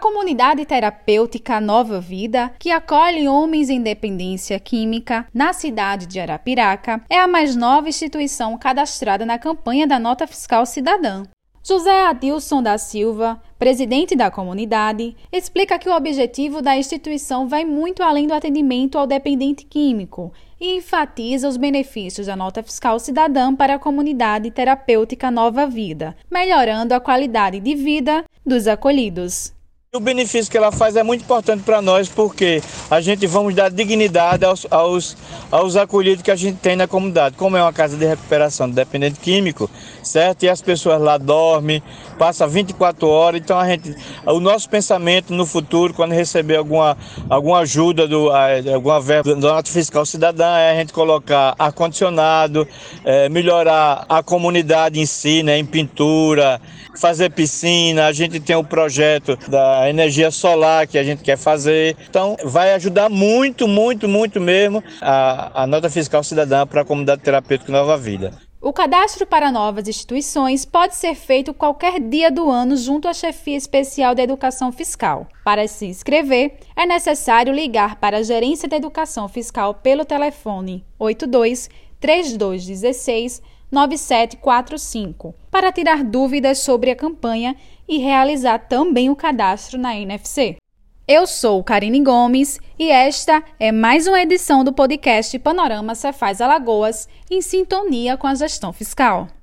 comunidade terapêutica Nova Vida, que acolhe homens em dependência química na cidade de Arapiraca, é a mais nova instituição cadastrada na campanha da Nota Fiscal Cidadã. José Adilson da Silva, presidente da comunidade, explica que o objetivo da instituição vai muito além do atendimento ao dependente químico e enfatiza os benefícios da Nota Fiscal Cidadã para a comunidade terapêutica Nova Vida, melhorando a qualidade de vida dos acolhidos. O benefício que ela faz é muito importante para nós, porque a gente vamos dar dignidade aos acolhidos que a gente tem na comunidade. Como é uma casa de recuperação de dependente químico, certo? E as pessoas lá dormem, passam 24 horas, então o nosso pensamento no futuro, quando receber alguma ajuda, alguma verba da Nota Fiscal Cidadã, é a gente colocar ar-condicionado, melhorar a comunidade em si, né, em pintura, fazer piscina. A gente tem o projeto da energia solar que a gente quer fazer. Então, vai ajudar muito, muito, muito mesmo a Nota Fiscal Cidadã para a comunidade terapêutica Nova Vida. O cadastro para novas instituições pode ser feito qualquer dia do ano junto à Chefia Especial da Educação Fiscal. Para se inscrever, é necessário ligar para a Gerência da Educação Fiscal pelo telefone 82 3216 9745 para tirar dúvidas sobre a campanha e realizar também o cadastro na NFC. Eu sou Karine Gomes e esta é mais uma edição do podcast Panorama Cefaz Alagoas, em sintonia com a gestão fiscal.